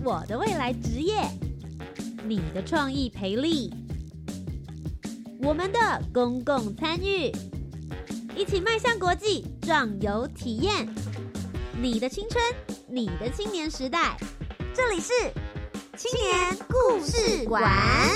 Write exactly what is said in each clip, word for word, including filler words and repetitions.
我的未来职业，你的创意培力，我们的公共参与，一起迈向国际，壮游体验。你的青春，你的青年时代，这里是青年故事馆。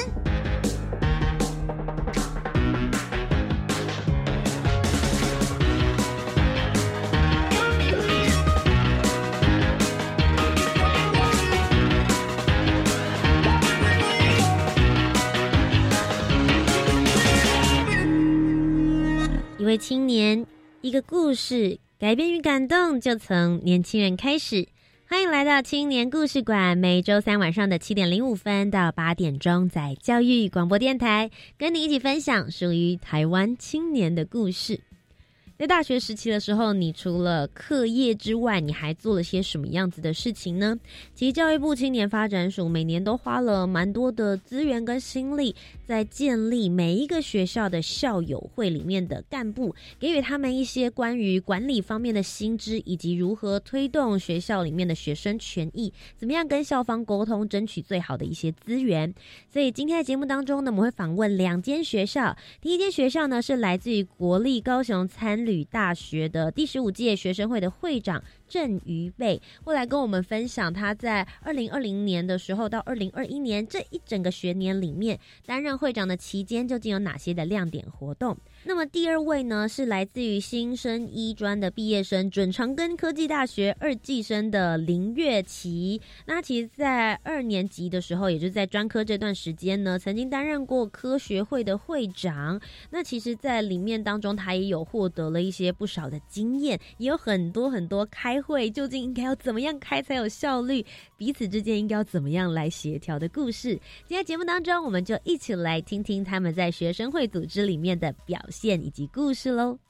一位青年，一个故事，改变与感动就从年轻人开始。欢迎来到青年故事馆，每周三晚上的七点零五分到八点钟，在教育广播电台跟你一起分享属于台湾青年的故事。在大学时期的时候，你除了课业之外，你还做了些什么样子的事情呢？其实教育部青年发展署每年都花了蛮多的资源跟心力，在建立每一个学校的校友会里面的干部，给予他们一些关于管理方面的新知，以及如何推动学校里面的学生权益，怎么样跟校方沟通，争取最好的一些资源。所以今天的节目当中呢，我们会访问两间学校。第一间学校呢，是来自于国立高雄参旅大学的第十五届学生会的会长郑瑜贝，会来跟我们分享他在二零二零年的时候到二零二一年这一整个学年里面担任会长的期间，究竟有哪些的亮点活动。那么第二位呢，是来自于新生医专的毕业生，准长庚科技大学二技生的林月琪。那其实在二年级的时候，也就是在专科这段时间呢，曾经担任过科学会的会长。那其实在里面当中，他也有获得了一些不少的经验，也有很多很多开会究竟应该要怎么样开才有效率，彼此之间应该要怎么样来协调的故事。今天节目当中，我们就一起来听听他们在学生会组织里面的表现以及故事咯。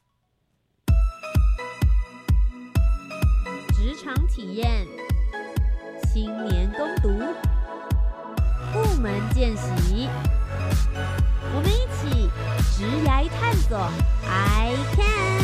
职场体验，青年攻读，部门见习，我们一起职涯探索 I can。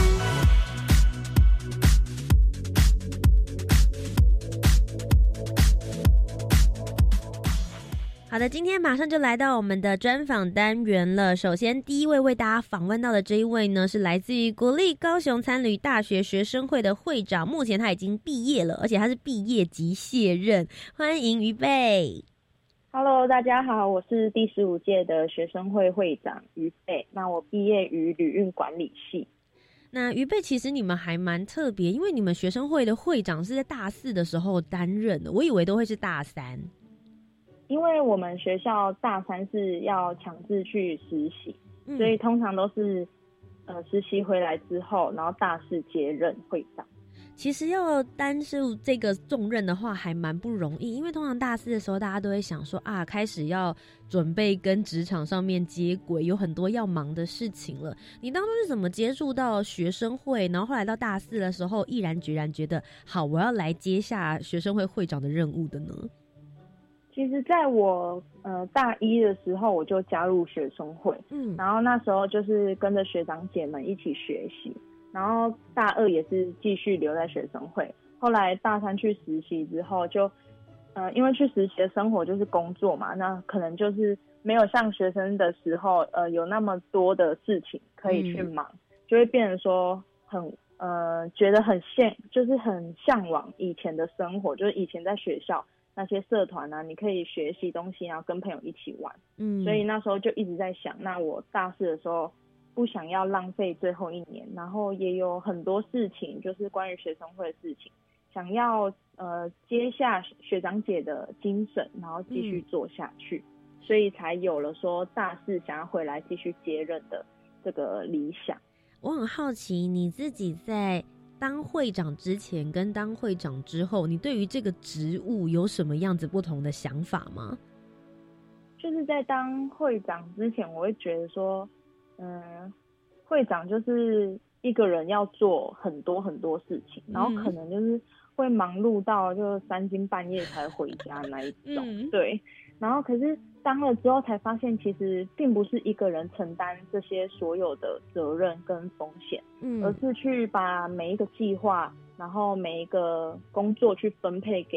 好的，今天马上就来到我们的专访单元了。首先第一位为大家访问到的这一位呢，是来自于国立高雄参旅大学学生会的会长，目前他已经毕业了，而且他是毕业即卸任。欢迎瑜贝。 Hello， 大家好，我是第十五届的学生会会长瑜贝。那我毕业于旅运管理系。 那瑜贝，其实你们还蛮特别，因为你们学生会的会长是在大四的时候担任的，我以为都会是大三。 因为我们学校大三是要强制去实习，嗯、所以通常都是呃实习回来之后，然后大四接任会长。 其实要担受这个重任的话还蛮不容易，因为通常大四的时候大家都会想说啊，开始要准备跟职场上面接轨，有很多要忙的事情了。你当初是怎么接触到学生会，然后后来到大四的时候毅然决然觉得好，我要来接下学生会会长的任务的呢？ 其实在我呃大一的时候我就加入学生会，嗯，然后那时候就是跟着学长姐们一起学习，然后大二也是继续留在学生会，后来大三去实习之后就呃因为去实习的生活就是工作嘛，那可能就是没有像学生的时候呃有那么多的事情可以去忙，嗯、就会变成说很呃觉得很向就是很向往以前的生活，就是以前在学校那些社团啊，你可以学习东西，然后跟朋友一起玩。嗯，所以那时候就一直在想，那我大四的时候不想要浪费最后一年，然后也有很多事情，就是关于学生会的事情，想要呃接下学长姐的精神，然后继续做下去，嗯、所以才有了说大四想要回来继续接任的这个理想。 我很好奇，你自己在当会长之前跟当会长之后，你对于这个职务有什么样子不同的想法吗？ 就是在当会长之前，我会觉得说，嗯，会长就是一个人要做很多很多事情，然后可能就是会忙碌到就三更半夜才回家那一种，嗯、对。然后可是当了之后才发现，其实并不是一个人承担这些所有的责任跟风险，嗯，而是去把每一个计划，然后每一个工作去分配给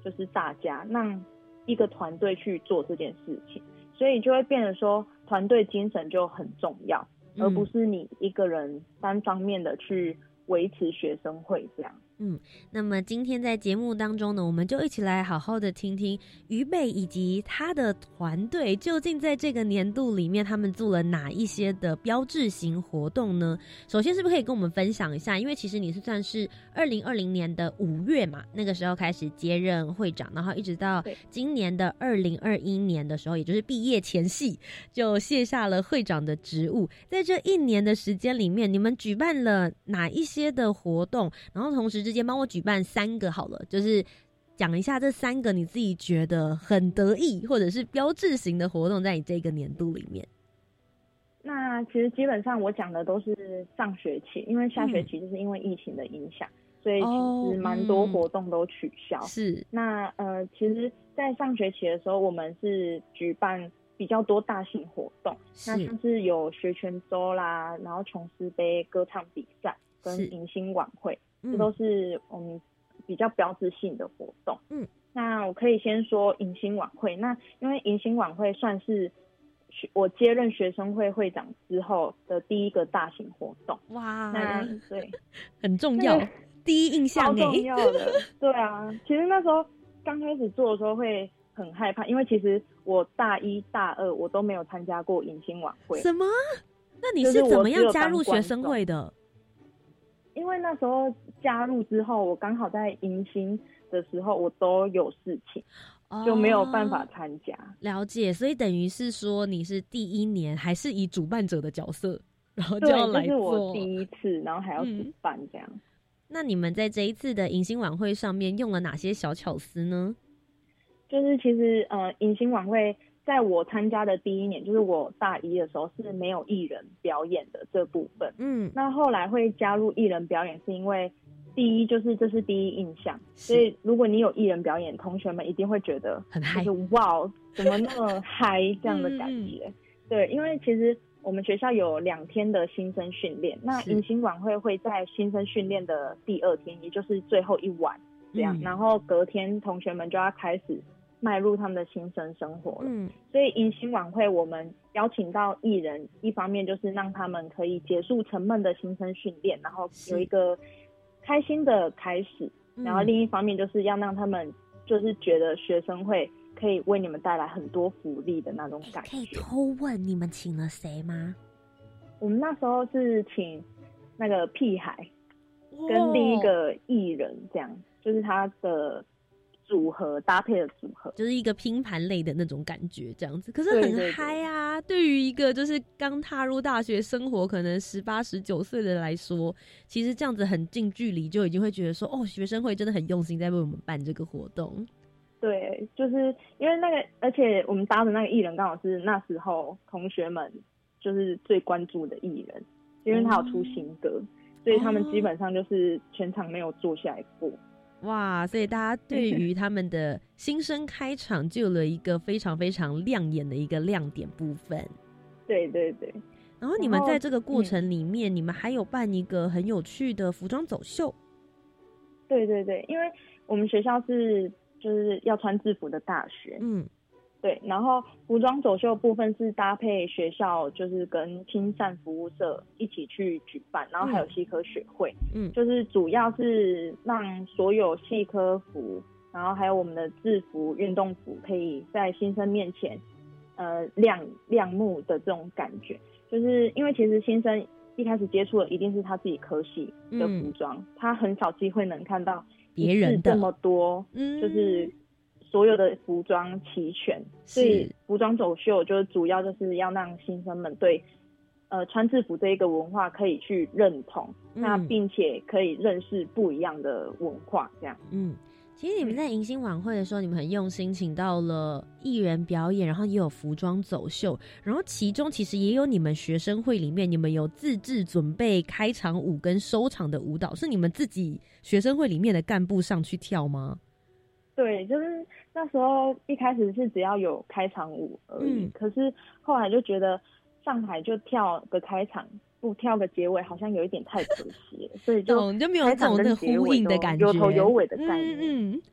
就是大家让一个团队去做这件事情，所以就会变得说团队精神就很重要，而不是你一个人单方面的去维持学生会这样。 嗯，那么今天在节目当中呢，我们就一起来好好的听听于北以及他的团队究竟在这个年度里面他们做了哪一些的标志型活动呢？首先是不是可以跟我们分享一下，因为其实你是算是二零二零年的五月嘛，那个时候开始接任会长，然后一直到今年的二零二一年的时候，也就是毕业前夕就卸下了会长的职务。在这一年的时间里面，你们举办了哪一些的活动，然后同时之间帮我举办三个好了，就是讲一下这三个你自己觉得很得意或者是标志型的活动在你这个年度里面。 那其实基本上我讲的都是上学期，因为下学期就是因为疫情的影响、嗯、所以其实蛮多活动都取消、哦嗯、是那呃，其实在上学期的时候我们是举办比较多大型活动，那像是有学拳周啦，然后琼斯杯歌唱比赛跟迎新晚会，这都是我们比较标志性的活动。嗯，那我可以先说迎新晚会。那因为迎新晚会算是我接任学生会会长之后的第一个大型活动。哇，那对， 很重要，第一印象超重要的。对啊，其实那时候刚开始做的时候会很害怕，因为其实我大一大二我都没有参加过迎新晚会。 什么？那你是怎么样加入学生会的？ 因为那时候加入之后，我刚好在迎新的时候我都有事情、哦、就没有办法参加。 了解，所以等于是说你是第一年还是以主办者的角色，然后就要来做。对， 这是我第一次，然后还要主办这样、嗯、 那你们在这一次的迎新晚会上面用了哪些小巧思呢？ 就是其实呃，迎新晚会在我参加的第一年，就是我大一的时候是没有艺人表演的这部分。嗯，那后来会加入艺人表演，是因为第一就是这是第一印象，所以如果你有艺人表演，同学们一定会觉得很嗨， 就是哇，怎么那么嗨这样的感觉。嗯、对，因为其实我们学校有两天的新生训练，那迎新晚会会在新生训练的第二天，也就是最后一晚这样、嗯，然后隔天同学们就要开始迈入他们的新生生活了。嗯，所以迎新晚会我们邀请到艺人，一方面就是让他们可以结束沉闷的新生训练，然后有一个开心的开始、嗯、然后另一方面就是要让他们就是觉得学生会可以为你们带来很多福利的那种感觉。 可以偷问你们请了谁吗？ 我们那时候是请那个屁孩跟另一个艺人，这样、哦、就是他的组合搭配的组合， 就是一个拼盘类的那种感觉这样子，可是很嗨啊。对, 对, 对, 对于一个就是刚踏入大学生活可能十八十九岁的来说，其实这样子很近距离就已经会觉得说，哦，学生会真的很用心在为我们办这个活动。 对，就是因为那个，而且我们搭的那个艺人刚好是那时候同学们就是最关注的艺人，因为他有出新歌、嗯、所以他们基本上就是全场没有坐下来过。 哇，所以大家对于他们的新生开场就有了一个非常非常亮眼的一个亮点部分。 对对对， 然后你们在这个过程里面、嗯、你们还有办一个很有趣的服装走秀。 对对对，因为我们学校是就是要穿制服的大学，嗯，对，然后服装走秀部分是搭配学校就是跟亲善服务社一起去举办，然后还有系科学会，嗯，就是主要是让所有系科服然后还有我们的制服运动服可以在新生面前呃亮亮目的这种感觉，就是因为其实新生一开始接触的一定是他自己科系的服装、嗯、他很少机会能看到别人的这么多，嗯，就是所有的服装齐全，所以服装走秀就是主要就是要让新生们对呃穿制服这一个文化可以去认同、嗯、那并且可以认识不一样的文化这样。 嗯，其实你们在迎新晚会的时候、嗯、你们很用心请到了艺人表演，然后也有服装走秀，然后其中其实也有你们学生会里面你们有自制准备开场舞跟收场的舞蹈，是你们自己学生会里面的干部上去跳吗？ 对，就是那时候一开始是只要有开场舞而已、嗯、可是后来就觉得上台就跳个开场不跳个结尾好像有一点太可惜了所以就就没有这种那个呼应的感觉， 有头有尾的概念。嗯嗯，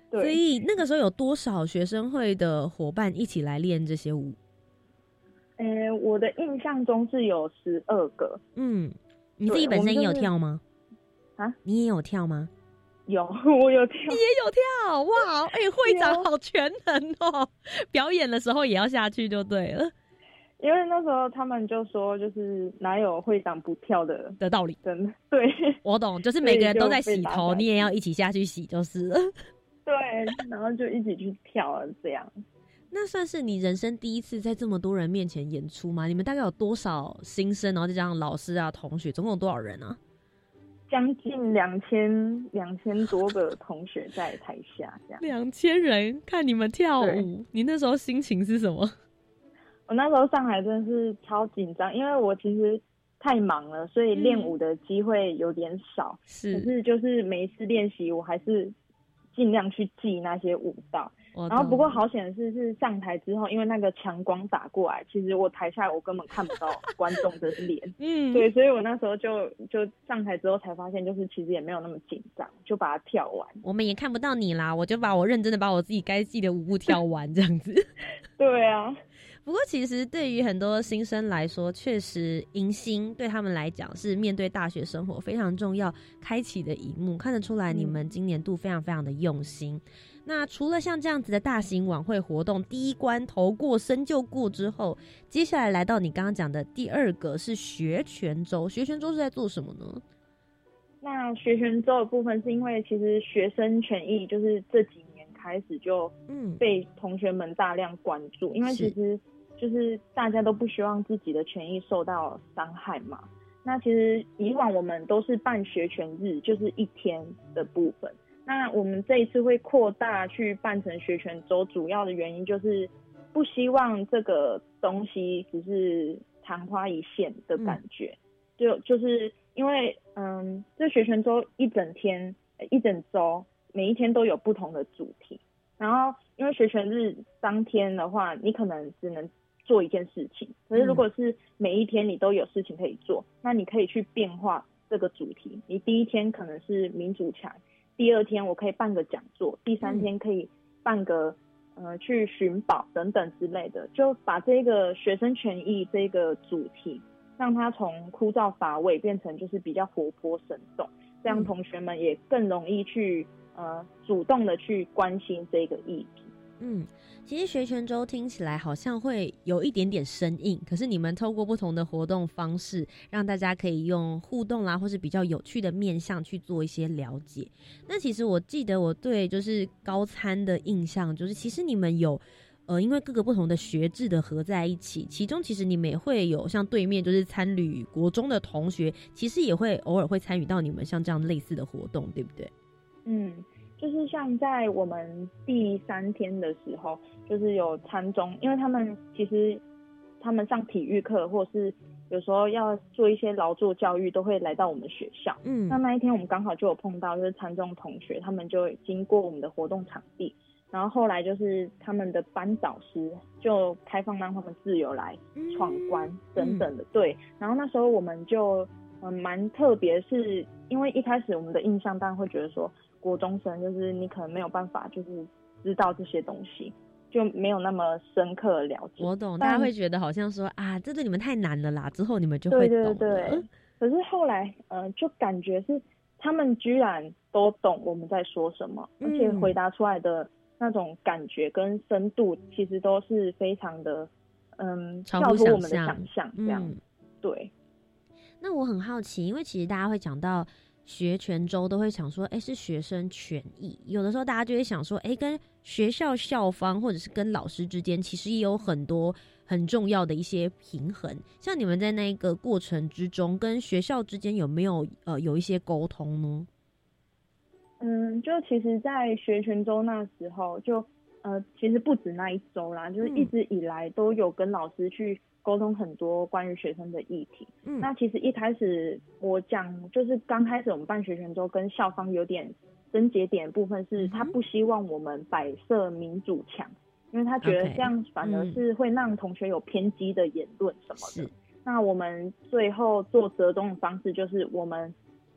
所以那个时候有多少学生会的伙伴一起来练这些舞？ 呃，我的印象中是有十二个。 嗯，你自己本身也有跳吗？ 啊、就是， 你也有跳吗？ 有，我有跳。 你也有跳，哇！哎、欸，会长好全能哦，表演的时候也要下去就对了。 因为那时候他们就说，就是哪有会长不跳的的道理。 真的，对， 我懂，就是每个人都在洗头，你也要一起下去洗就是了。 对，然后就一起去跳了，这样。 那算是你人生第一次在这么多人面前演出吗？你们大概有多少新生，然后再加上老师啊、同学，总共有多少人啊？ 将近两千两千多个同学在台下，这样。 两千人看你们跳舞，你那时候心情是什么？ 我那时候上海真的是超紧张，因为我其实太忙了，所以练舞的机会有点少。是、嗯，可是就是每一次练习，我还是尽量去记那些舞蹈。然后不过好险的是，是上台之后，因为那个强光打过来，其实我台下我根本看不到观众的脸。嗯，对，所以我那时候就就上台之后才发现，就是其实也没有那么紧张，就把它跳完。 我们也看不到你啦，我就把我认真的把我自己该记的舞步跳完，这样子。 对啊。 不过其实对于很多新生来说，确实迎新对他们来讲是面对大学生活非常重要开启的一幕，看得出来你们今年度非常非常的用心。嗯，那除了像这样子的大型晚会活动，第一关头过身就过之后，接下来来到你刚刚讲的第二个是学权周。学权周是在做什么呢？ 那学权周的部分是因为其实学生权益就是这几年开始就被同学们大量关注，嗯，因为其实就是大家都不希望自己的权益受到伤害嘛。那其实以往我们都是办学权日，就是一天的部分。那我们这一次会扩大去办成学权周，主要的原因就是不希望这个东西只是昙花一现的感觉。嗯，就就是因为嗯，这学权周一整天一整周每一天都有不同的主题，然后因为学权日当天的话，你可能只能做一件事情，可是如果是每一天你都有事情可以做，嗯，那你可以去变化这个主题。你第一天可能是民主墙，第二天我可以办个讲座，第三天可以办个呃去寻宝等等之类的，就把这个学生权益这个主题让它从枯燥乏味变成就是比较活泼生动，这样同学们也更容易去呃主动的去关心这个议题。 嗯，其实学权周听起来好像会有一点点生硬，可是你们透过不同的活动方式，让大家可以用互动啦，或是比较有趣的面向去做一些了解。那其实我记得我对就是高参的印象，就是其实你们有呃，因为各个不同的学制的合在一起，其中其实你们也会有像对面就是参旅国中的同学，其实也会偶尔会参与到你们像这样类似的活动，对不对？ 嗯。就是像在我们第三天的时候，就是有参中，因为他们其实他们上体育课或是有时候要做一些劳作教育，都会来到我们学校。嗯，那那一天我们刚好就有碰到，就是参中同学，他们就经过我们的活动场地，然后后来就是他们的班导师就开放让他们自由来闯关等等的。嗯，对，然后那时候我们就嗯蛮特别，是因为一开始我们的印象当然会觉得说，国中生就是你可能没有办法就是知道这些东西，就没有那么深刻的了解。 我懂，大家会觉得好像说啊，这对你们太难了啦，之后你们就会懂了。 对对对。可是后来呃，就感觉是他们居然都懂我们在说什么，嗯，而且回答出来的那种感觉跟深度，其实都是非常的嗯跳脱我们的想象这样。嗯，对。 那我很好奇，因为其实大家会讲到学权周都会想说，哎，是学生权益。有的时候大家就会想说，哎，跟学校校方或者是跟老师之间，其实也有很多很重要的一些平衡。像你们在那个过程之中，跟学校之间有没有呃有一些沟通呢？ 嗯，就其实，在学权周那时候，就呃，其实不止那一周啦，就是一直以来都有跟老师去沟通很多关于学生的议题。嗯，那其实一开始我讲，就是刚开始我们办学权周跟校方有点症结点的部分是，他不希望我们摆设民主墙，因为他觉得这样反而是会让同学有偏激的言论什么的。嗯，那我们最后做折中的方式就是我们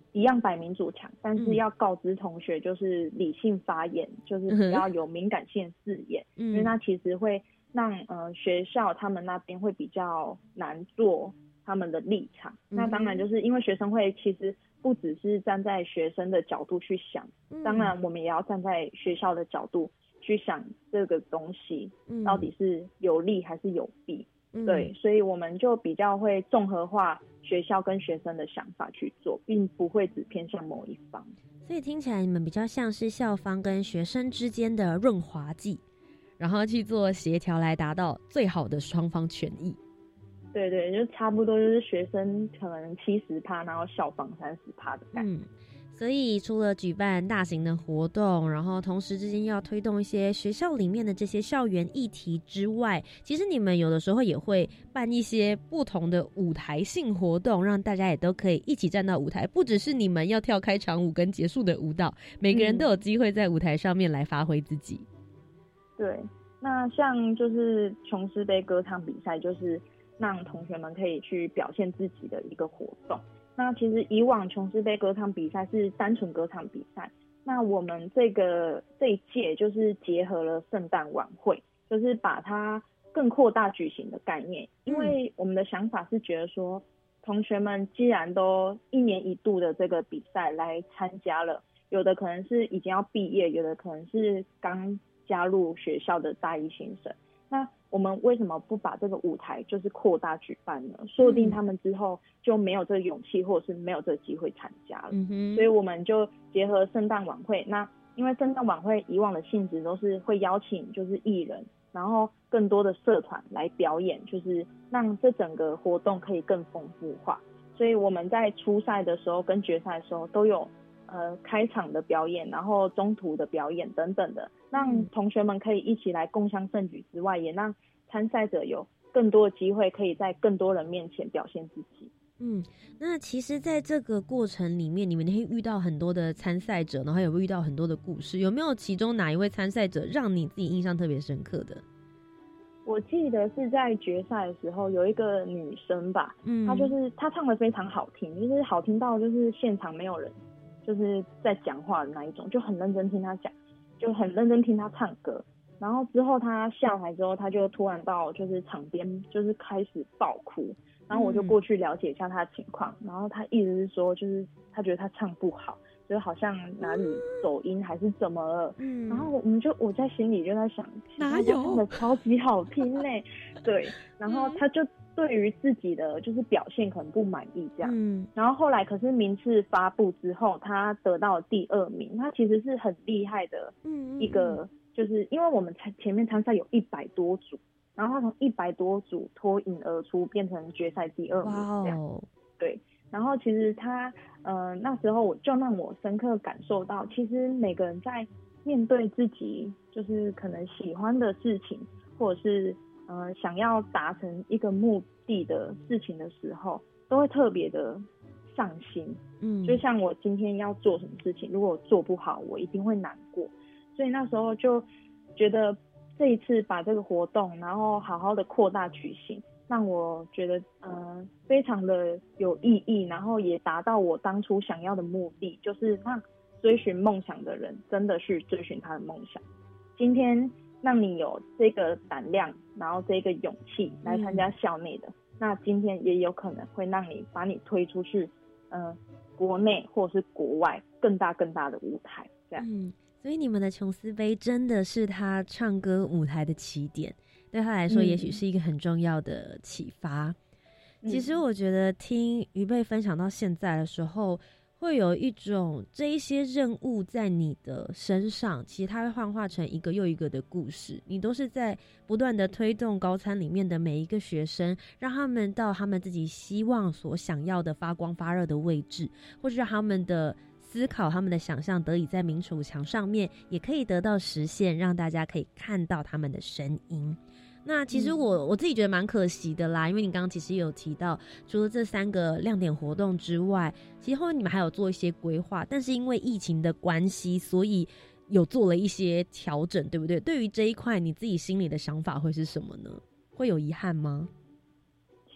一样摆民主墙，但是要告知同学就是理性发言，嗯、就是不要有敏感性字眼，嗯、因为那其实会让呃学校他们那边会比较难做他们的立场。嗯、那当然就是因为学生会其实不只是站在学生的角度去想，嗯、当然我们也要站在学校的角度去想这个东西到底是有利还是有弊。嗯、对，所以我们就比较会综合化学校跟学生的想法去做，并不会只偏向某一方。 所以听起来你们比较像是校方跟学生之间的润滑剂，然后去做协调来达到最好的双方权益。 对对，就差不多就是学生可能七十趴，然后校方三十趴的感觉。嗯， 所以除了举办大型的活动，然后同时之间要推动一些学校里面的这些校园议题之外，其实你们有的时候也会办一些不同的舞台性活动，让大家也都可以一起站到舞台，不只是你们要跳开场舞跟结束的舞蹈，每个人都有机会在舞台上面来发挥自己。 对，那像就是琼斯杯歌唱比赛，就是让同学们可以去表现自己的一个活动。那其实以往琼斯杯歌唱比赛是单纯歌唱比赛，那我们这个这一届就是结合了圣诞晚会，就是把它更扩大举行的概念。因为我们的想法是觉得说，同学们既然都一年一度的这个比赛来参加了，有的可能是已经要毕业，有的可能是刚加入学校的大一新生，那我们为什么不把这个舞台就是扩大举办呢？说不定他们之后就没有这个勇气，或者是没有这个机会参加了。嗯、所以我们就结合圣诞晚会。那因为圣诞晚会以往的性质都是会邀请就是艺人，然后更多的社团来表演，就是让这整个活动可以更丰富化。所以我们在初赛的时候跟决赛的时候都有呃开场的表演，然后中途的表演等等的，让同学们可以一起来共襄盛举之外，也让参赛者有更多的机会可以在更多人面前表现自己。 嗯，那其实在这个过程里面，你们会遇到很多的参赛者，然后有遇到很多的故事，有没有其中哪一位参赛者让你自己印象特别深刻的？ 我记得是在决赛的时候有一个女生吧，嗯，她就是她唱得非常好听，就是好听到就是现场没有人就是在讲话的那一种，就很认真听她讲，就很认真听她唱歌。然后之后她下台之后，她就突然到就是场边就是开始爆哭，然后我就过去了解一下她的情况，然后她意思是说就是她觉得她唱不好，就好像哪里走音还是怎么了，嗯，然后我们就我在心里就在想，哪有唱的超级好听嘞，对，然后她就对于自己的就是表现可能不满意这样，嗯，然后后来可是名次发布之后，她得到第二名，她其实是很厉害的一个，嗯、就是因为我们前面参赛有一百多组，然后她从一百多组脱颖而出，变成决赛第二名这样，wow. 对。然后其实他呃那时候我就让我深刻感受到，其实每个人在面对自己就是可能喜欢的事情，或者是呃想要达成一个目的的事情的时候，都会特别的上心。嗯，就像我今天要做什么事情，如果我做不好，我一定会难过。所以那时候就觉得这一次把这个活动，然后好好的扩大举行，让我觉得呃非常的有意义，然后也达到我当初想要的目的，就是让追寻梦想的人真的去追寻他的梦想。今天让你有这个胆量，然后这个勇气来参加校内的，嗯、那今天也有可能会让你把你推出去呃国内或者是国外更大更大的舞台这样。嗯， 所以你们的琼斯杯真的是他唱歌舞台的起点，对他来说也许是一个很重要的启发。嗯、其实我觉得听于贝分享到现在的时候，会有一种这一些任务在你的身上，其实它会幻化成一个又一个的故事，你都是在不断的推动高参里面的每一个学生，让他们到他们自己希望所想要的发光发热的位置，或是让他们的思考，他们的想象得以在民主墙上面也可以得到实现，让大家可以看到他们的声音。那其实我我自己觉得蛮可惜的啦，因为你刚刚其实也有提到，除了这三个亮点活动之外，其实后面你们还有做一些规划，但是因为疫情的关系，所以有做了一些调整，对不对？对于这一块，你自己心里的想法会是什么呢？会有遗憾吗？ 其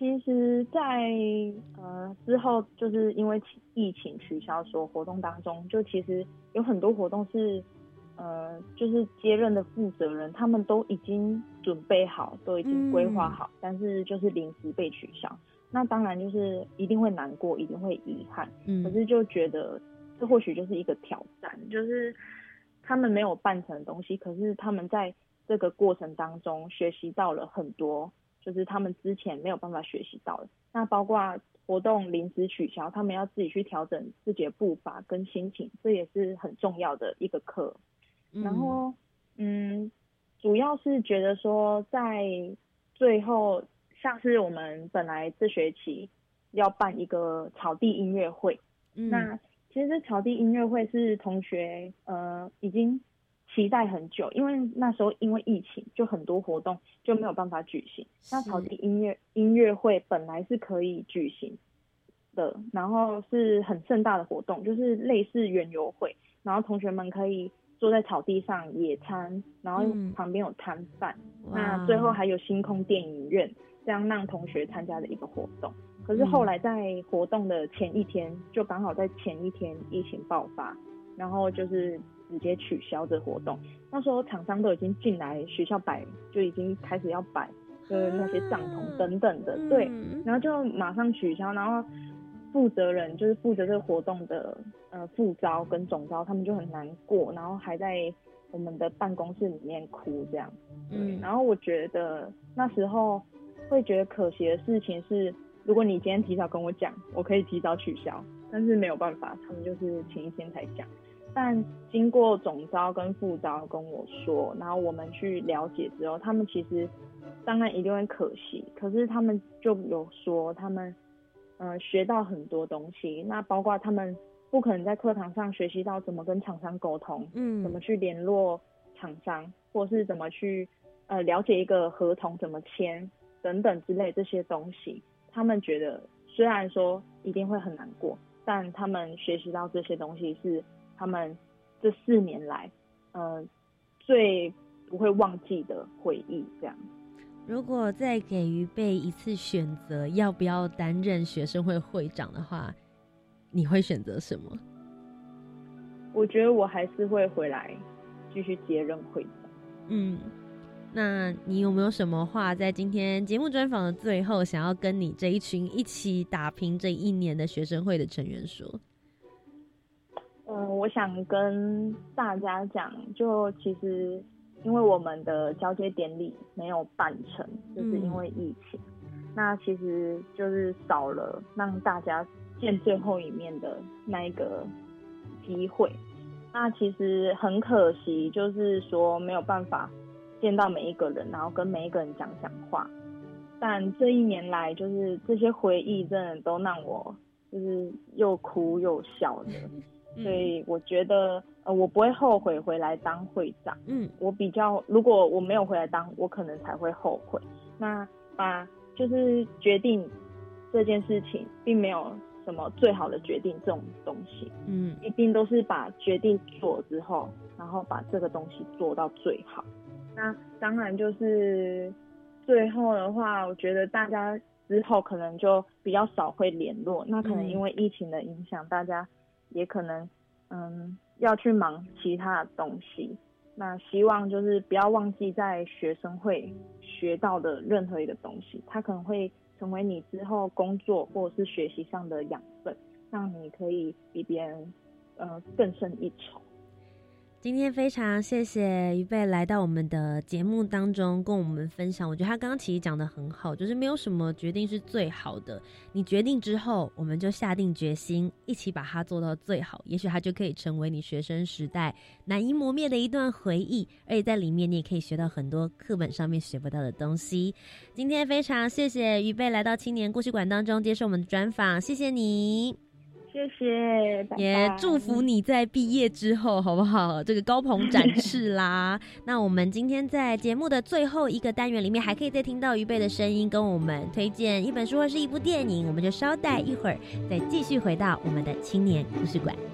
其实在，呃之后，就是因为疫情取消所有活动当中，就其实有很多活动是，呃，就是接任的负责人他们都已经准备好，都已经规划好，嗯、但是就是临时被取消。那当然就是一定会难过，一定会遗憾。嗯，可是就觉得这或许就是一个挑战，就是他们没有办成的东西，可是他们在这个过程当中学习到了很多。就是他们之前没有办法学习到的，那包括活动临时取消，他们要自己去调整自己的步伐跟心情，这也是很重要的一个课。嗯、然后，嗯，主要是觉得说，在最后，像是我们本来这学期要办一个草地音乐会，嗯、那其实草地音乐会是同学呃已经期待很久，因为那时候因为疫情，就很多活动就没有办法举行。那草地音乐音乐会本来是可以举行的，然后是很盛大的活动，就是类似园游会，然后同学们可以坐在草地上野餐，然后旁边有摊贩，嗯、那最后还有星空电影院，这样让同学参加的一个活动。可是后来在活动的前一天，就刚好在前一天疫情爆发，然后就是直接取消这活动。那时候厂商都已经进来学校摆，就已经开始要摆就是那些帐篷等等的，对，然后就马上取消。然后负责人就是负责这个活动的呃副招跟总招，他们就很难过，然后还在我们的办公室里面哭这样。对，然后我觉得那时候会觉得可惜的事情是，如果你今天提早跟我讲，我可以提早取消，但是没有办法，他们就是前一天才讲。但经过总招跟副招跟我说，然后我们去了解之后，他们其实当然一定会可惜，可是他们就有说他们呃学到很多东西，那包括他们不可能在课堂上学习到怎么跟厂商沟通，嗯，怎么去联络厂商，或是怎么去呃了解一个合同怎么签等等之类这些东西，他们觉得虽然说一定会很难过，但他们学习到这些东西是他们这四年来，呃，最不会忘记的回忆。这样， 如果再给予备一次选择，要不要担任学生会会长的话，你会选择什么？ 我觉得我还是会回来继续接任会长。 嗯，那你有没有什么话在今天节目专访的最后，想要跟你这一群一起打拼这一年的学生会的成员说？ 嗯，我想跟大家讲，就其实因为我们的交接典礼没有办成，就是因为疫情，嗯、那其实就是少了让大家见最后一面的那一个机会。那其实很可惜，就是说没有办法见到每一个人，然后跟每一个人讲讲话。但这一年来，就是这些回忆真的都让我就是又哭又笑的。所以我觉得，呃，我不会后悔回来当会长。嗯，我比较，如果我没有回来当，我可能才会后悔。那把就是决定这件事情，并没有什么最好的决定这种东西。嗯，一定都是把决定做之后，然后把这个东西做到最好。那当然就是最后的话，我觉得大家之后可能就比较少会联络。那可能因为疫情的影响，大家也可能嗯要去忙其他的东西，那希望就是不要忘记在学生会学到的任何一个东西，它可能会成为你之后工作或者是学习上的养分，让你可以比别人呃更胜一筹。 今天非常谢谢于贝来到我们的节目当中跟我们分享，我觉得他刚刚其实讲得很好，就是没有什么决定是最好的，你决定之后我们就下定决心一起把它做到最好，也许它就可以成为你学生时代难以磨灭的一段回忆，而且在里面你也可以学到很多课本上面学不到的东西。今天非常谢谢于贝来到青年故事馆当中接受我们的专访，谢谢你。 谢谢，拜拜， 也祝福你在毕业之后好不好这个高朋展翅啦那我们今天在节目的最后一个单元里面还可以再听到于贝的声音跟我们推荐一本书或是一部电影，我们就稍待一会儿再继续回到我们的青年故事馆。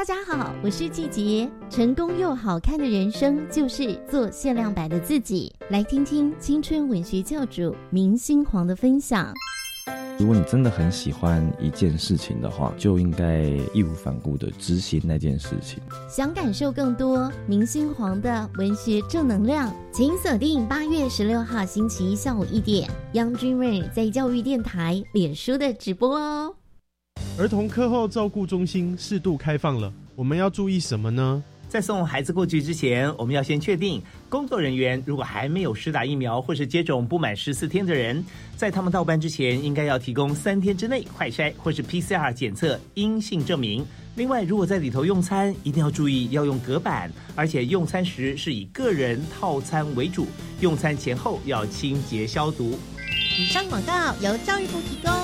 大家好，我是季杰。成功又好看的人生，就是做限量版的自己。来听听青春文学教主明星黄的分享。 如果你真的很喜欢一件事情的话，就应该义无反顾地执行那件事情。 想感受更多明星黄的文学正能量，请锁定八月十六号星期一下午一点 Young Dreamer 在教育电台脸书的直播哦。 儿童课后照顾中心适度开放了，我们要注意什么呢？ 在送孩子过去之前，我们要先确定工作人员如果还没有施打疫苗或是接种不满十四天的人，在他们到班之前应该要提供三天之内快筛或是 P C R 检测阴性证明。另外，如果在里头用餐，一定要注意要用隔板，而且用餐时是以个人套餐为主，用餐前后要清洁消毒。 以上广告由教育部提供。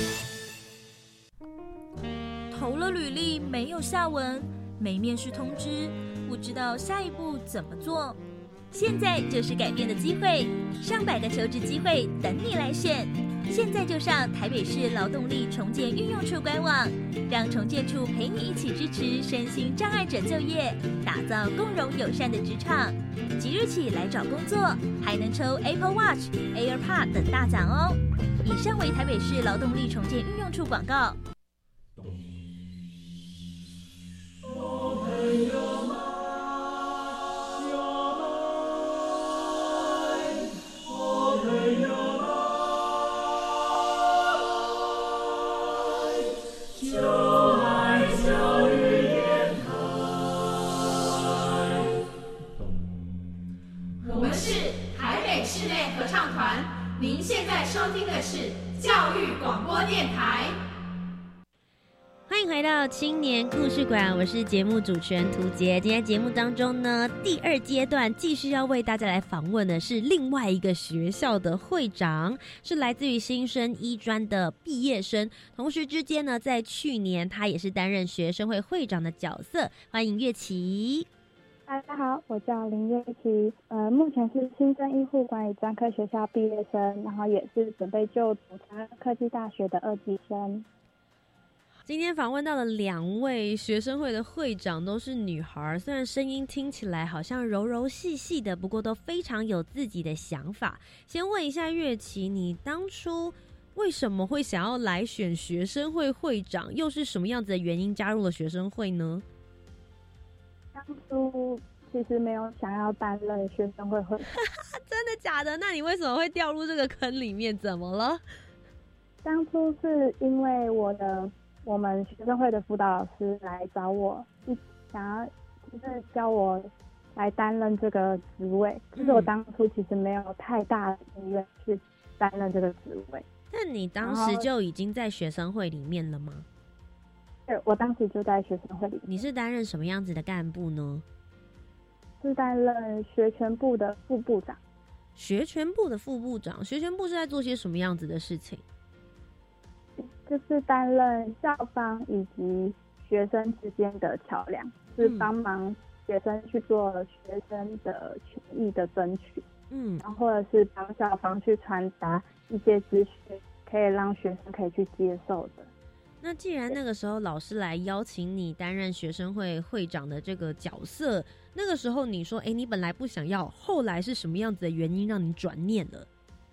投了履历没有下文，没面试通知，不知道下一步怎么做。现在就是改变的机会，上百个求职机会等你来选。现在就上台北市劳动力重建运用处官网，让重建处陪你一起支持身心障碍者就业，打造共融友善的职场。即日起来找工作，还能抽 Apple Watch、AirPod 等大奖哦。以上为台北市劳动力重建运用处广告。 我们是台北室内合唱团，您现在收听的是教育广播电台。 欢迎回到青年故事馆，我是节目主持人涂杰。今天节目当中呢，第二阶段继续要为大家来访问的是另外一个学校的会长，是来自于新生医专的毕业生，同时之间呢，在去年他也是担任学生会会长的角色。欢迎岳琪。 大家好，我叫林岳琪，呃，目前是新生医护管理专科学校毕业生，然后也是准备就读台湾科技大学的二技生。 今天访问到的两位学生会的会长都是女孩，虽然声音听起来好像柔柔细细的，不过都非常有自己的想法。先问一下岳琪，你当初为什么会想要来选学生会会长，又是什么样子的原因加入了学生会呢？ 当初其实没有想要担任学生会会长。 真的假的？那你为什么会掉入这个坑里面？怎么了？ 当初是因为我的我们学生会的辅导老师来找我，一想要就是教我来担任这个职位，可是我当初其实没有太大的意愿去担任这个职位。 但你当时就已经在学生会里面了吗？ 对，我当时就在学生会里面。 你是担任什么样子的干部呢？ 是担任学权部的副部长。 学权部的副部长，学权部是在做些什么样子的事情？ 就是担任校方以及学生之间的桥梁，是帮忙学生去做学生的权益的争取，嗯，然后或者是帮校方去传达一些资讯，可以让学生可以去接受的。 那既然那个时候老师来邀请你担任学生会会长的这个角色，那个时候你说，哎，你本来不想要，后来是什么样子的原因让你转念了？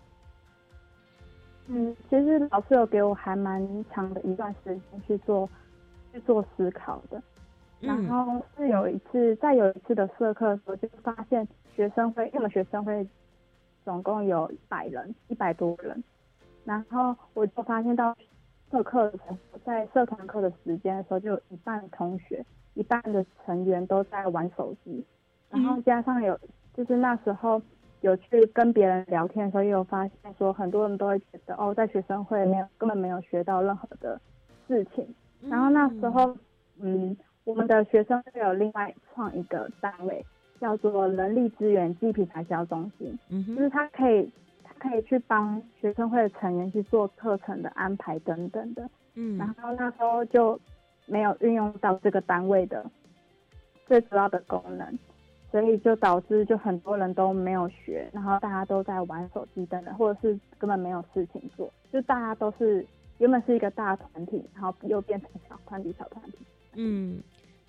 嗯，其实老师有给我还蛮长的一段时间去做去做思考的，然后是有一次在有一次的社课的时候，就发现学生会，因为我们学生会总共有一百人，一百多人，然后我就发现到社课的时候，在社团课的时间的时候，就有一半同学、一半的成员都在玩手机，然后加上有就是那时候有去跟别人聊天的时候，也有发现说，很多人都会觉得哦，在学生会没有根本没有学到任何的事情。然后那时候，嗯，我们的学生会有另外创一个单位，叫做人力资源暨品牌销中心，嗯，就是它可以，它可以去帮学生会的成员去做课程的安排等等的。嗯，然后那时候就没有运用到这个单位的最主要的功能。所以就导致就很多人都没有学，然后大家都在玩手机等等，或者是根本没有事情做，就大家都是原本是一个大团体，然后又变成小团体小团体。 嗯，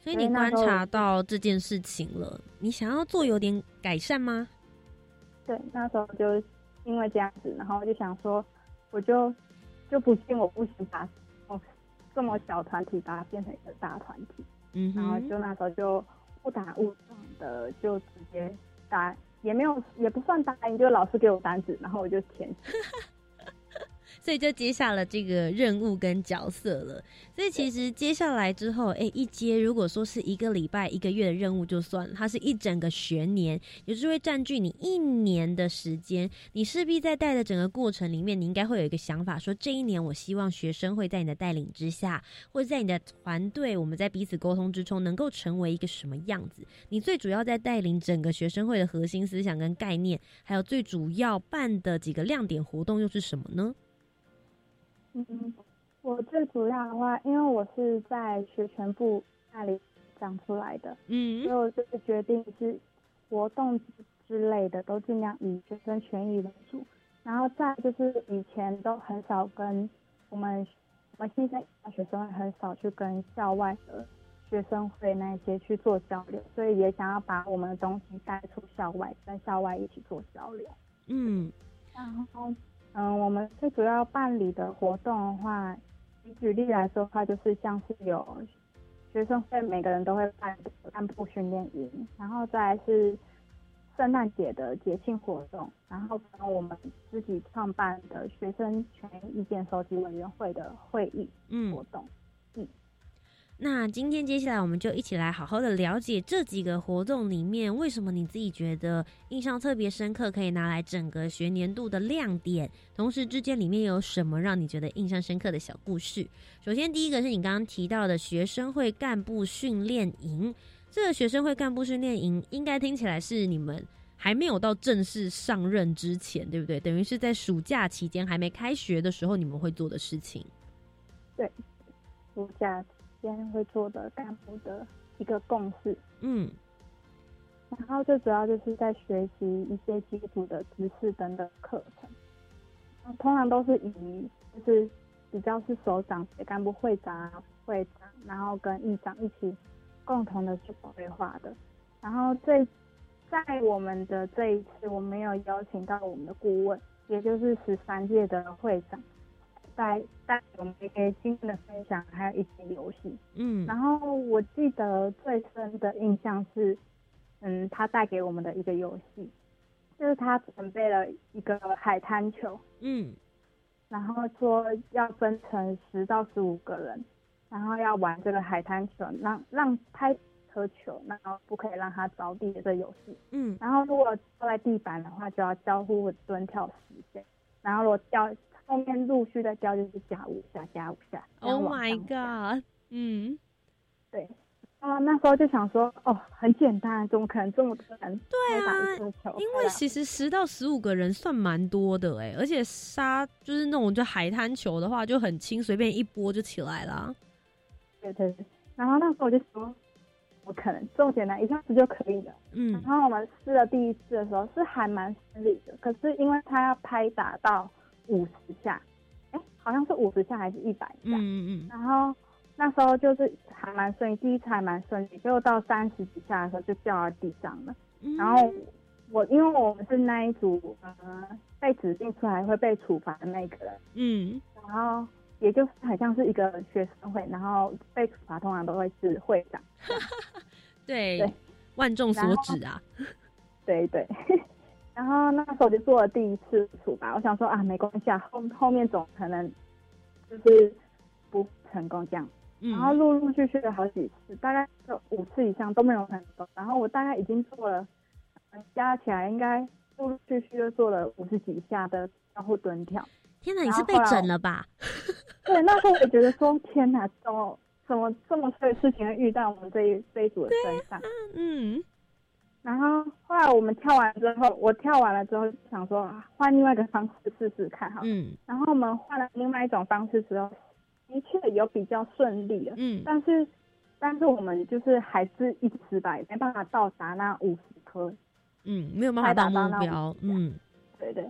所以你观察到这件事情了，你想要做有点改善吗？ 对，那时候就因为这样子，然后我就想说，我就就不信我不行把哦这么小团体把它变成一个大团体，嗯，然后就那时候就误打误撞的就直接答，也没有也不算答应，就老师给我单子，然后我就填。 所以就接下了这个任务跟角色了。所以其实接下来之后，哎，一接如果说是一个礼拜、一个月的任务就算了，它是一整个学年，也就是会占据你一年的时间。你势必在带的整个过程里面，你应该会有一个想法，说这一年我希望学生会在你的带领之下，或者在你的团队，我们在彼此沟通之中，能够成为一个什么样子。你最主要在带领整个学生会的核心思想跟概念，还有最主要办的几个亮点活动又是什么呢？ 嗯，我最主要的话，因为我是在学权部那里长出来的，嗯，所以我就是决定是活动之类的都尽量以学生权益为主，然后再就是以前都很少跟我们我们新生学生会很少去跟校外的学生会那些去做交流，所以也想要把我们的东西带出校外，跟校外一起做交流。嗯，然后。嗯，我们最主要办理的活动的话，以举例来说的话，就是像是有学生会每个人都会办干部训练营，然后再来是圣诞节的节庆活动，然后跟我们自己创办的学生权益意见收集委员会的会议活动。嗯，嗯那今天接下来我们就一起来好好的了解这几个活动里面，为什么你自己觉得印象特别深刻，可以拿来整个学年度的亮点，同时之间里面有什么让你觉得印象深刻的小故事。首先第一个是你刚刚提到的学生会干部训练营，这个学生会干部训练营应该听起来是你们还没有到正式上任之前，对不对？等于是在暑假期间还没开学的时候你们会做的事情。 对，暑假会做的干部的一个共识，嗯，然后最主要就是在学习一些基础的知识等等课程，通常都是以就是比较是首长、干部会长、会长，然后跟议长一起共同的去规划的。然后这在我们的这一次，我们有邀请到我们的顾问，也就是十三届的会长。带带我们一些经验的分享，还有一些游戏。嗯，然后我记得最深的印象是，嗯，他带给我们的一个游戏，就是他准备了一个海滩球。嗯，然后说要分成十到十五个人，然后要玩这个海滩球，让让拍颗球，然后不可以让它着地的这游戏。嗯，然后如果掉在地板的话，就要交互蹲跳十下，然后如果掉。后面陆续的教就是加五下加五下 ，Oh my god， 嗯， 对，啊，那时候就想说，哦，很简单，怎么可能这么多人？ 对啊，因为其实十到十五个人算蛮多的哎，而且沙就是那种就海滩球的话就很轻，随便一拨就起来了。 对对对，然后那时候我就说，不可能这么简单，一下子就可以了。嗯，然后我们试了第一次的时候是还蛮顺利的，可是因为他要拍打到五十下，哎，好像是五十下还是一百下，嗯嗯嗯，然后那时候就是还蛮顺利，第一次还蛮顺利，结果到三十几下的时候就掉到地上了，嗯、然后我因为我们是那一组呃被指定出来会被处罚的那个人，嗯，然后也就是很像是一个学生会，然后被处罚通常都会是会长， 对对，万众所指啊， 对对。然后那时候我就做了第一次处罚，我想说啊，没关系啊，后后面总可能就是不成功这样。嗯、然后陆陆续续的好几次，大概有五次以上都没有成功。然后我大概已经做了，加起来应该陆陆续续就做了五十几下的交互蹲跳。 天哪，你是被整了吧？ 对，那时候我觉得说，天哪，怎么怎么这么衰的事情会遇到我们这一这一组的身上？嗯。然后后来我们跳完之后，我跳完了之后就想说换另外一个方式试试看哈。嗯。然后我们换了另外一种方式之后，的确有比较顺利了。嗯。但是但是我们就是还是一直失败，没办法到达那五十颗。 嗯，没有办法达到目标。嗯。 对对。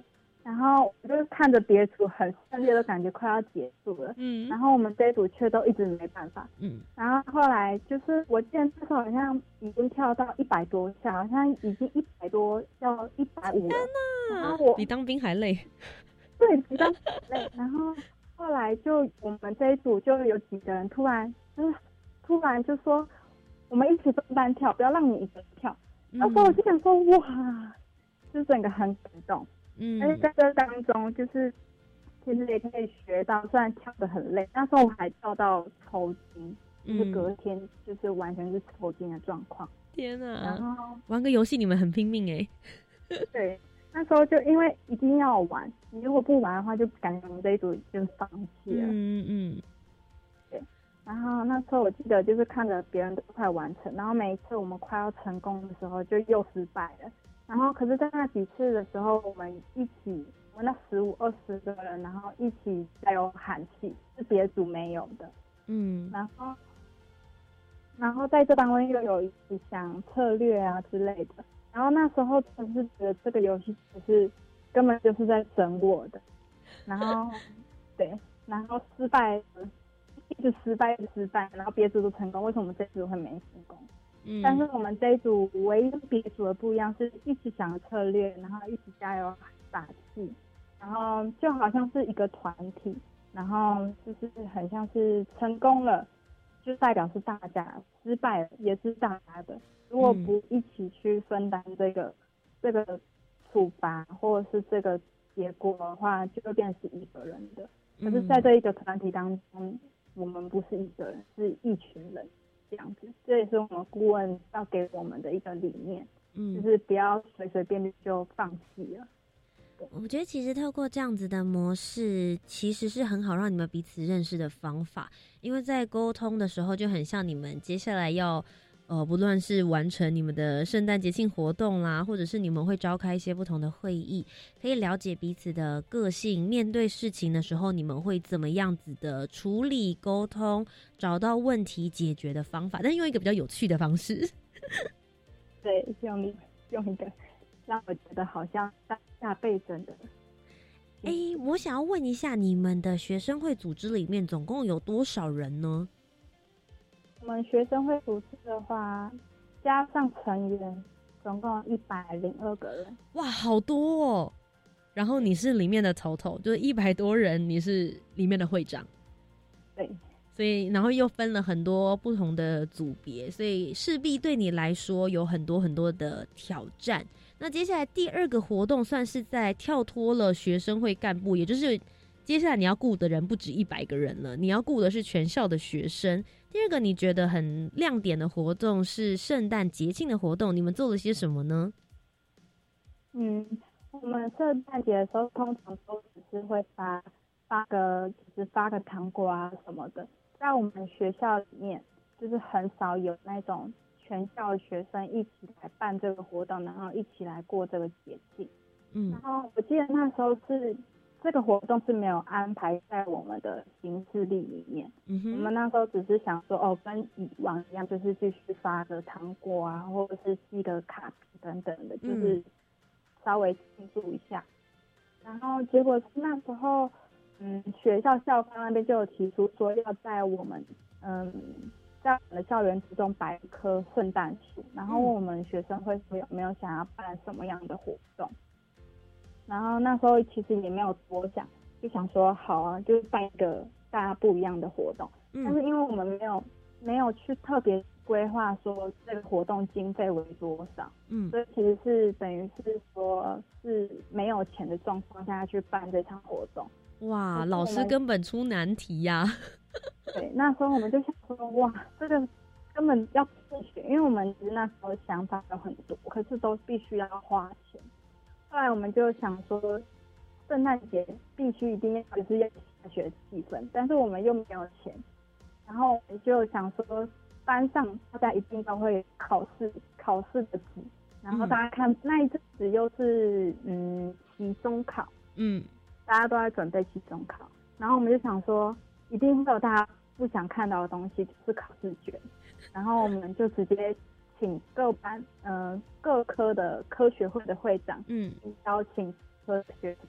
然后我就看着别组很顺利的感觉快要结束了，嗯，然后我们这一组却都一直没办法，嗯，然后后来就是我记得那时候好像已经跳到一百多下，好像已经一百多要一百五了， 天哪， 然后我比当兵还累， 对，比当兵还累。然后后来就我们这一组就有几个人突然就是突然就说我们一起分班跳，不要让你一个人跳。那时候我就想说哇，就整个很感动。嗯，而且在这当中，就是其实也可以学到，虽然跳得很累，那时候我还跳到抽筋，嗯、就是隔天就是完全是抽筋的状况。 天啊！ 然后玩个游戏，你们很拼命哎、 欸。对，那时候就因为一定要玩，你如果不玩的话，就感觉我们这一组就放弃了。嗯嗯。对，然后那时候我记得就是看着别人都快完成，然后每一次我们快要成功的时候，就又失败了。然后，可是，在那几次的时候，我们一起，我们那十五、二十个人，然后一起加油喊气，是别组没有的。嗯，然后，然后在这当中又有一起想策略啊之类的。然后那时候真是觉得这个游戏就是根本就是在整我的。然后，对，然后失败，一直失败，一直失败，然后别组都成功，为什么我们这组会没成功？嗯，但是我们这一组唯一跟别组的不一样，是一起想策略，然后一起加油打气，然后就好像是一个团体，然后就是很像是成功了，就代表是大家，失败了也是大家的。如果不一起去分担这个、嗯、这个处罚或者是这个结果的话，就会变成是一个人的。可是在这一个团体当中，我们不是一个人，是一群人。这样子，这也是我们顾问要给我们的一个理念，嗯，就是不要随随便便就放弃了。 我觉得其实透过这样子的模式，其实是很好让你们彼此认识的方法，因为在沟通的时候就很像你们接下来要呃，不论是完成你们的圣诞节庆活动啦，或者是你们会召开一些不同的会议，可以了解彼此的个性，面对事情的时候你们会怎么样子的处理沟通，找到问题解决的方法，但用一个比较有趣的方式。 对，用一用一个让我觉得好像当下被整的。 哎、欸，我想要问一下，你们的学生会组织里面总共有多少人呢？ 我们学生会组织的话，加上成员，总共一百零二个人。 哇，好多哦！然后你是里面的头头，就是一百多人，你是里面的会长。 对， 所以然后又分了很多不同的组别，所以势必对你来说有很多很多的挑战。那接下来第二个活动算是在跳脱了学生会干部，也就是接下来你要顾的人不止一百个人了，你要顾的是全校的学生。第二个你觉得很亮点的活动是圣诞节庆的活动，你们做了些什么呢？ 嗯，我们圣诞节的时候通常都只是会发发个就是发个糖果啊什么的，在我们学校里面就是很少有那种全校的学生一起来办这个活动，然后一起来过这个节庆。嗯，然后我记得那时候是这个活动是没有安排在我们的行事历里面。嗯哼，我们那时候只是想说，哦，跟以往一样，就是继续发个糖果啊，或者是寄个卡片等等的，就是稍微庆祝一下。嗯、然后结果是那时候，嗯，学校校方那边就有提出说，要在我们，嗯，在我们的校园之中摆一棵圣诞树，然后问我们学生会说有没有想要办什么样的活动。然后那时候其实也没有多想，就想说好啊，就是办一个大家不一样的活动。嗯、但是因为我们没有没有去特别规划说这个活动经费为多少，嗯，所以其实是等于是说是没有钱的状况下去办这场活动。 哇，老师根本出难题呀、啊！ 对，那时候我们就想说，哇，这个根本要自学，因为我们其实那时候想法有很多，可是都必须要花钱。后来我们就想说，圣诞节必须一定要就是要下学气氛，但是我们又没有钱，然后我们就想说，班上大家一定都会考试考试的纸，然后大家看、嗯、那一阵子又是嗯期中考，嗯，大家都在准备期中考，然后我们就想说，一定会有大家不想看到的东西，就是考试卷，然后我们就直接请各班呃各科的科学会的会长，嗯，邀请科学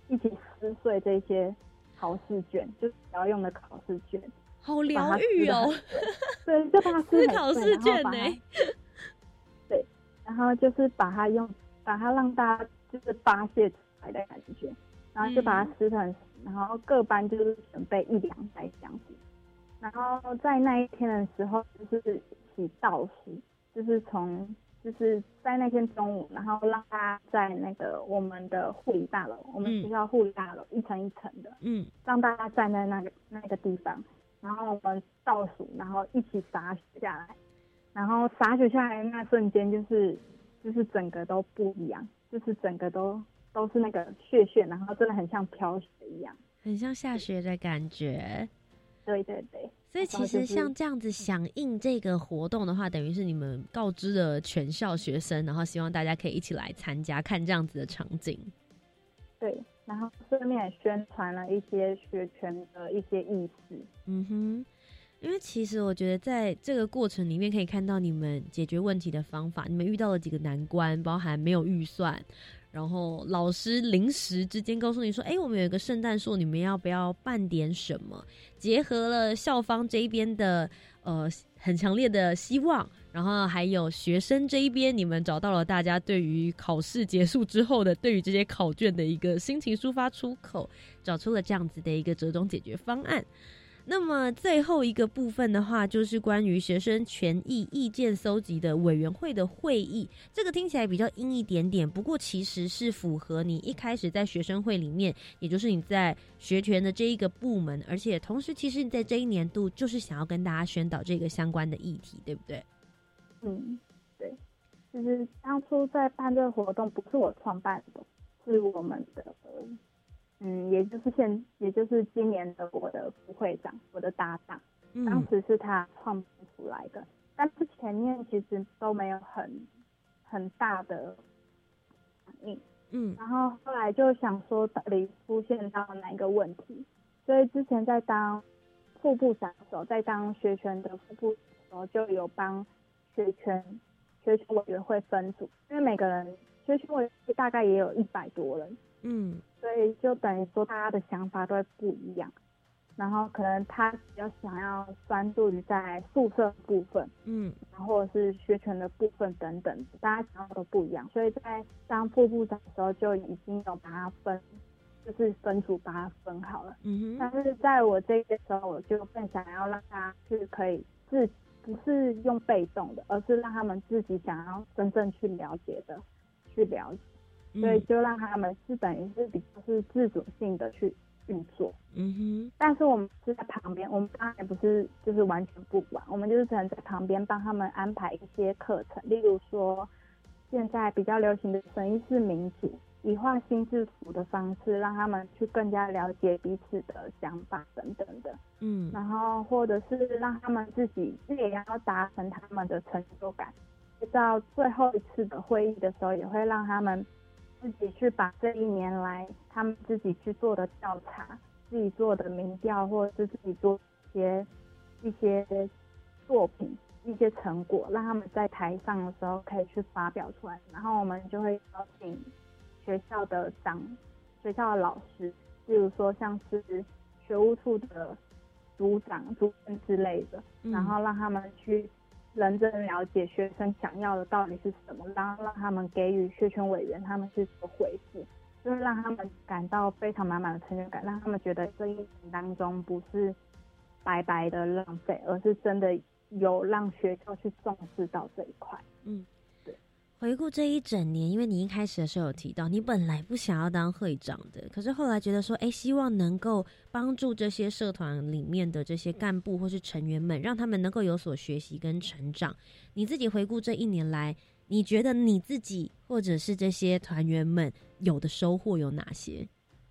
一起撕碎这些考试卷，就是要用的考试卷。 好疗愈哦！ 对，就把它撕考试卷呢。 对，然后就是把它用，把它让大家就是发泄出来的感觉，然后就把它撕成，嗯、然后各班就是准备一两袋这样子。然后在那一天的时候，就是一起倒数，就是从就是在那天中午，然后让大家在那个我们的护理大楼，我们学校护理大楼、嗯、一层一层的，嗯，让大家站在那个那个地方。然后我们倒数，然后一起洒雪下来，然后洒雪下来的那瞬间，就是就是整个都不一样，就是整个都都是那个雪雪，然后真的很像飘雪一样， 很像下雪的感觉。 对对对。 所以其实像这样子响应这个活动的话，等于是你们告知了全校学生，然后希望大家可以一起来参加，看这样子的场景。 对。然后顺便也宣传了一些学权的一些意识。 嗯哼，因为其实我觉得在这个过程里面可以看到你们解决问题的方法，你们遇到了几个难关，包含没有预算，然后老师临时之间告诉你说，哎，我们有一个圣诞树，你们要不要办点什么？结合了校方这一边的呃很强烈的希望，然后还有学生这一边，你们找到了大家对于考试结束之后的对于这些考卷的一个心情抒发出口，找出了这样子的一个折中解决方案。那么最后一个部分的话，就是关于学生权益意见搜集的委员会的会议。这个听起来比较阴一点点，不过其实是符合你一开始在学生会里面，也就是你在学权的这一个部门，而且同时其实你在这一年度就是想要跟大家宣导这个相关的议题，对不对？ 嗯，对，就是当初在办这个活动不是我创办的，是我们的嗯，也就是现，也就是今年的我的副会长，我的搭档，嗯、当时是他创办出来的，但是前面其实都没有很很大的反应，嗯，然后后来就想说到底出现到哪一个问题，所以之前在当副部长的时候，在当学权的副部长的时候，就有帮学权学权委员会分组，因为每个人学权委员会大概也有一百多人。嗯，所以就等于说大家的想法都会不一样，然后可能他比较想要专注于在宿舍部分，嗯，然后或者是学权的部分等等，大家想法都不一样，所以在当副部长的时候就已经有把它分，就是分组把它分好了。嗯哼。但是在我这个时候，我就更想要让大家去可以自不是用被动的，而是让他们自己想要真正去了解的去了解。所以就让他们是等于是比较是自主性的去运作，嗯哼。但是我们是在旁边，我们当然也不是就是完全不管，我们就是只能在旁边帮他们安排一些课程，例如说现在比较流行的神意识民主，以画心智图的方式，让他们去更加了解彼此的想法等等的，嗯。然后或者是让他们自己也要达成他们的成就感，到最后一次的会议的时候，也会让他们自己去把这一年来他们自己去做的调查，自己做的民调，或者是自己做一些一些作品、一些成果，让他们在台上的时候可以去发表出来。然后我们就会邀请学校的长、学校的老师，例如说像是学务处的组长、主任之类的，然后让他们去认真了解学生想要的到底是什么，然后让他们给予学权委员他们去做回复，就是让他们感到非常满满的成就感，让他们觉得这一年当中不是白白的浪费，而是真的有让学校去重视到这一块。嗯，对。 回顾这一整年，因为你一开始的时候有提到，你本来不想要当会长的，可是后来觉得说，哎，希望能够帮助这些社团里面的这些干部或是成员们，让他们能够有所学习跟成长。你自己回顾这一年来，你觉得你自己或者是这些团员们有的收获有哪些？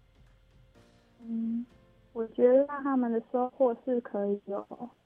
嗯，我觉得让他们的收获是可以有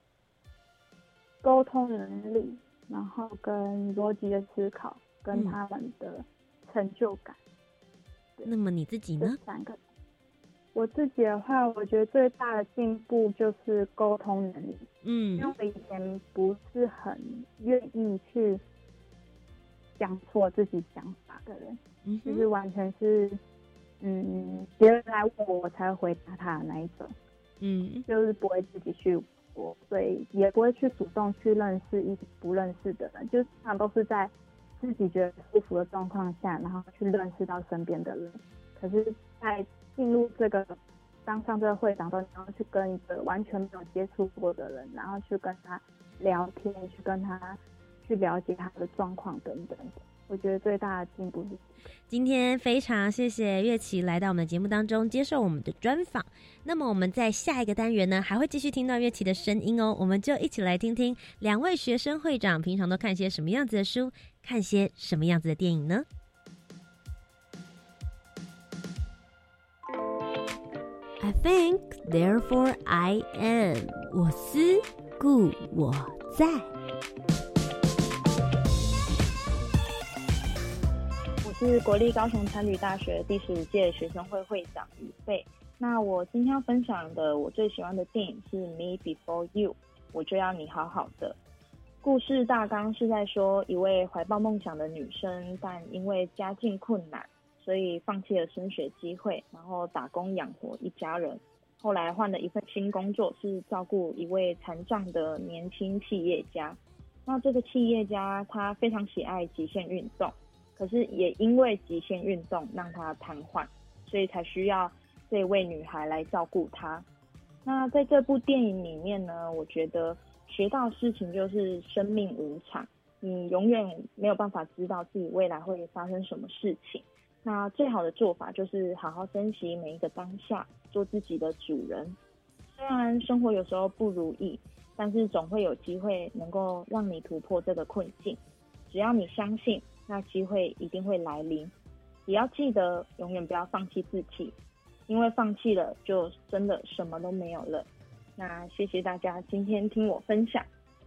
沟通能力，然后跟逻辑的思考，跟他们的成就感。 嗯、那么你自己呢？ 三个。我自己的话，我觉得最大的进步就是沟通能力。嗯，因为我以前不是很愿意去讲出我自己想法的人，嗯、就是完全是嗯，别人来问我，我才会回答他的那一种。 嗯， 就是不会自己去我，所以也不会去主动去认识一些不认识的人，就通常都是在自己觉得舒服的状况下，然后去认识到身边的人。可是，在进入这个当上这个会长之后，然后去跟一个完全没有接触过的人，然后去跟他聊天，去跟他去了解他的状况等等。我觉得最大的进步是今天非常谢谢岳琪来到我们的节目当中接受我们的专访。那么我们在下一个单元呢，还会继续听到岳琪的声音哦。我们就一起来听听两位学生会长平常都看些什么样子的书，看些什么样子的电影呢？ I think, therefore I am. 我思故我在。 是国立高雄餐旅大学第十五届学生会会长于费。那我今天要分享的我最喜欢的电影是 Me Before You， 我就要你好好的。故事大纲是在说一位怀抱梦想的女生，但因为家境困难，所以放弃了升学机会，然后打工养活一家人。后来换了一份新工作，是照顾一位残障的年轻企业家。那这个企业家他非常喜爱极限运动，可是也因为极限运动让他瘫痪，所以才需要这位女孩来照顾他。那在这部电影里面呢，我觉得学到的事情就是生命无常，你永远没有办法知道自己未来会发生什么事情。那最好的做法就是好好珍惜每一个当下，做自己的主人。虽然生活有时候不如意，但是总会有机会能够让你突破这个困境。只要你相信，那机会一定会来临。也要记得永远不要放弃自己，因为放弃了就真的什么都没有了。那谢谢大家今天听我分享。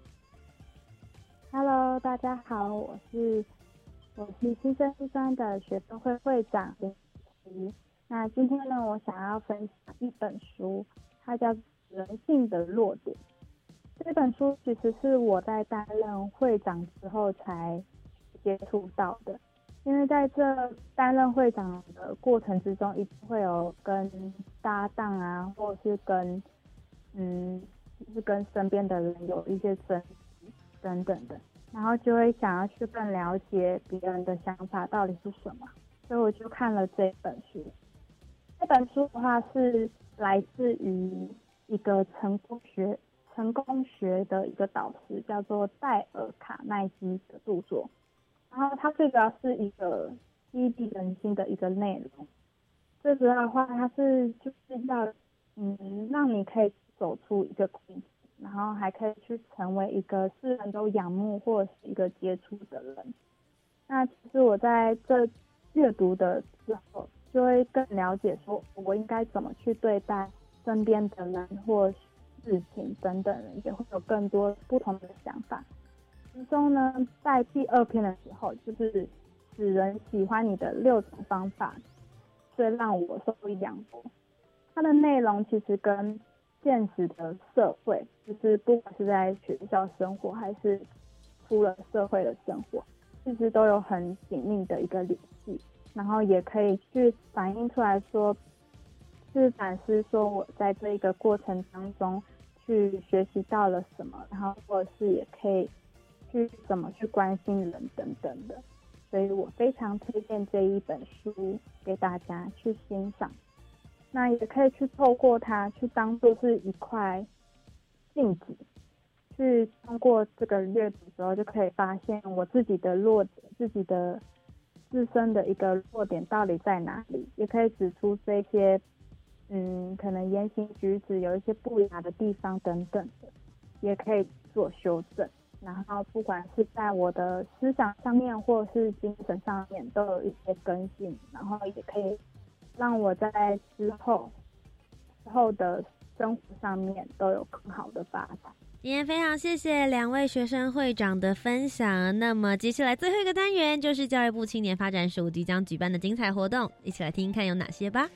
Hello， 大家好，我是我是新生一专的学生会会长林琪。那今天呢，我想要分享一本书，它叫《人性的弱点》。这本书其实是我在担任会长之后才接触到的，因为在这担任会长的过程之中，一定会有跟搭档啊，或者是跟嗯，就是跟身边的人有一些争执等等的，然后就会想要去更了解别人的想法到底是什么，所以我就看了这本书。这本书的话是来自于一个成功学成功学的一个导师，叫做戴尔卡耐基的著作。然后它最主要是一个激励人心的一个内容。最主要的话，它是就是要嗯让你可以走出一个困境，然后还可以去成为一个世人都仰慕或者是一个杰出的人。那其实我在这阅读的时候，就会更了解说我应该怎么去对待身边的人或事情等等人，也会有更多不同的想法。其中呢，在第二篇的时候，就是使人喜欢你的六种方法，最让我受益良多。它的内容其实跟现实的社会，就是不管是在学校生活还是出了社会的生活，其实都有很紧密的一个联系，然后也可以去反映出来说，去反思说我在这一个过程当中去学习到了什么，然后或者是也可以去怎么去关心人等等的。所以我非常推荐这一本书给大家去欣赏。那也可以去透过它去当作是一块镜子，去通过这个阅读之后，就可以发现我自己的弱点，自己的自身的一个弱点到底在哪里，也可以指出这些嗯可能言行举止有一些不雅的地方等等的，也可以做修正。然后不管是在我的思想上面或者是精神上面都有一些更新，然后也可以让我在之后之后的生活上面都有更好的发展。 今天非常谢谢两位学生会长的分享。那么接下来最后一个单元就是教育部青年发展署即将举办的精彩活动，一起来听听看有哪些吧。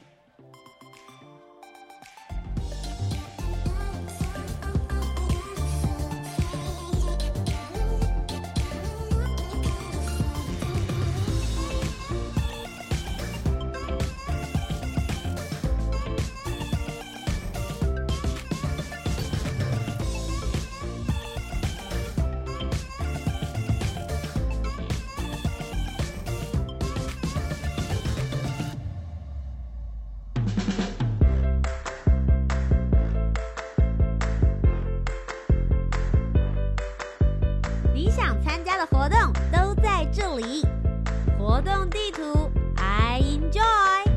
参加的活动都在这里。活动地图 I enjoy。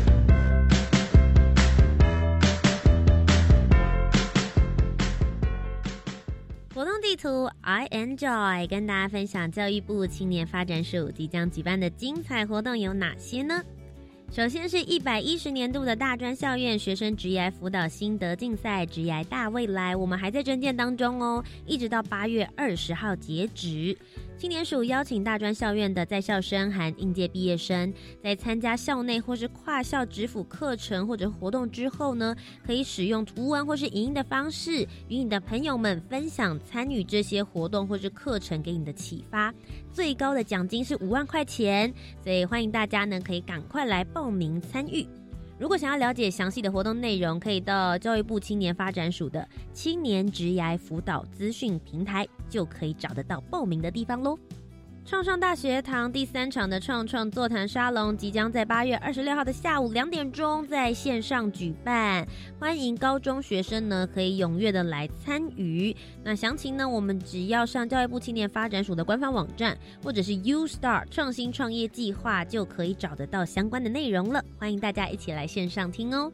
活动地图 I enjoy 跟大家分享教育部青年发展署即将举办的精彩活动有哪些呢？首先是一百一十年度的大专校院学生职涯辅导心得竞赛职涯大未来，我们还在征件当中哦，一直到八月二十号截止。青年署邀请大专校院的在校生含应届毕业生，在参加校内或是跨校职辅课程或者活动之后呢，可以使用图文或是影音的方式，与你的朋友们分享参与这些活动或是课程给你的启发。最高的奖金是五万块钱，所以欢迎大家呢可以赶快来报名参与。如果想要了解详细的活动内容，可以到教育部青年发展署的青年职涯辅导资讯平台，就可以找得到报名的地方咯。创创大学堂第三场的创创座谈沙龙即将在八月二十六号的下午两点钟在线上举办，欢迎高中学生呢可以踊跃的来参与。那详情呢，我们只要上教育部青年发展署的官方网站，或者是 U Star 创新创业计划，就可以找得到相关的内容了。欢迎大家一起来线上听哦。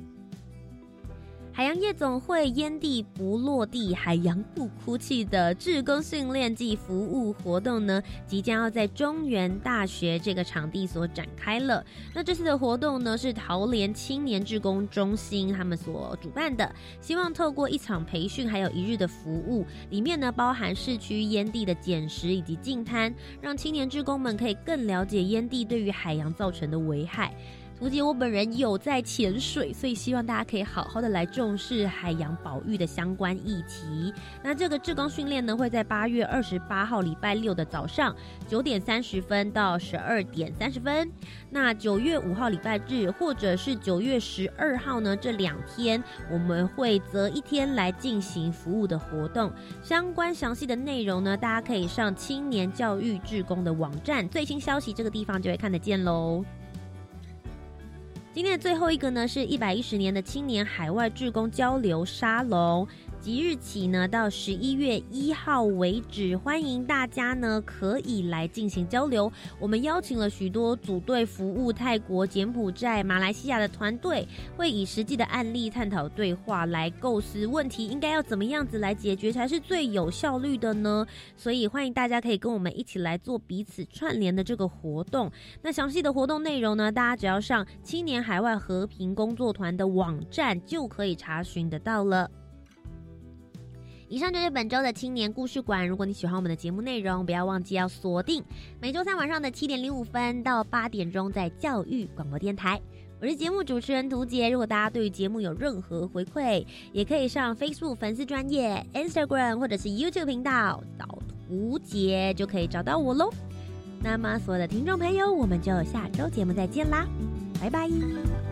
海洋夜总会烟蒂不落地，海洋不哭泣的志工训练暨服务活动呢，即将要在中原大学这个场地所展开了。那这次的活动呢，是桃联青年志工中心他们所主办的，希望透过一场培训还有一日的服务，里面呢包含市区烟蒂的捡拾以及净滩，让青年志工们可以更了解烟蒂对于海洋造成的危害。图姐我本人有在潜水，所以希望大家可以好好的来重视海洋保育的相关议题。那这个志工训练呢，会在八月二十八号礼拜六的早上九点三十分到十二点三十分。那九月五号礼拜日或者是九月十二号呢，这两天我们会择一天来进行服务的活动。相关详细的内容呢，大家可以上青年教育志工的网站，最新消息这个地方就会看得见咯。今天的最后一个呢，是一百一十年的青年海外志工交流沙龙，即日起呢到十一月一号为止，欢迎大家呢可以来进行交流。我们邀请了许多组队服务泰国、柬埔寨、马来西亚的团队，会以实际的案例探讨对话，来构思问题应该要怎么样子来解决才是最有效率的呢？所以欢迎大家可以跟我们一起来做彼此串联的这个活动。那详细的活动内容呢，大家只要上青年海外和平工作团的网站就可以查询得到了。以上就是本周的青年故事馆。如果你喜欢我们的节目内容，不要忘记要锁定每周三晚上的七点零五分到八点钟在教育广播电台。我是节目主持人涂杰。如果大家对于节目有任何回馈，也可以上 Facebook 粉丝专页、Instagram 或者是 YouTube 频道找涂杰就可以找到我咯。那么所有的听众朋友，我们就下周节目再见啦，拜拜。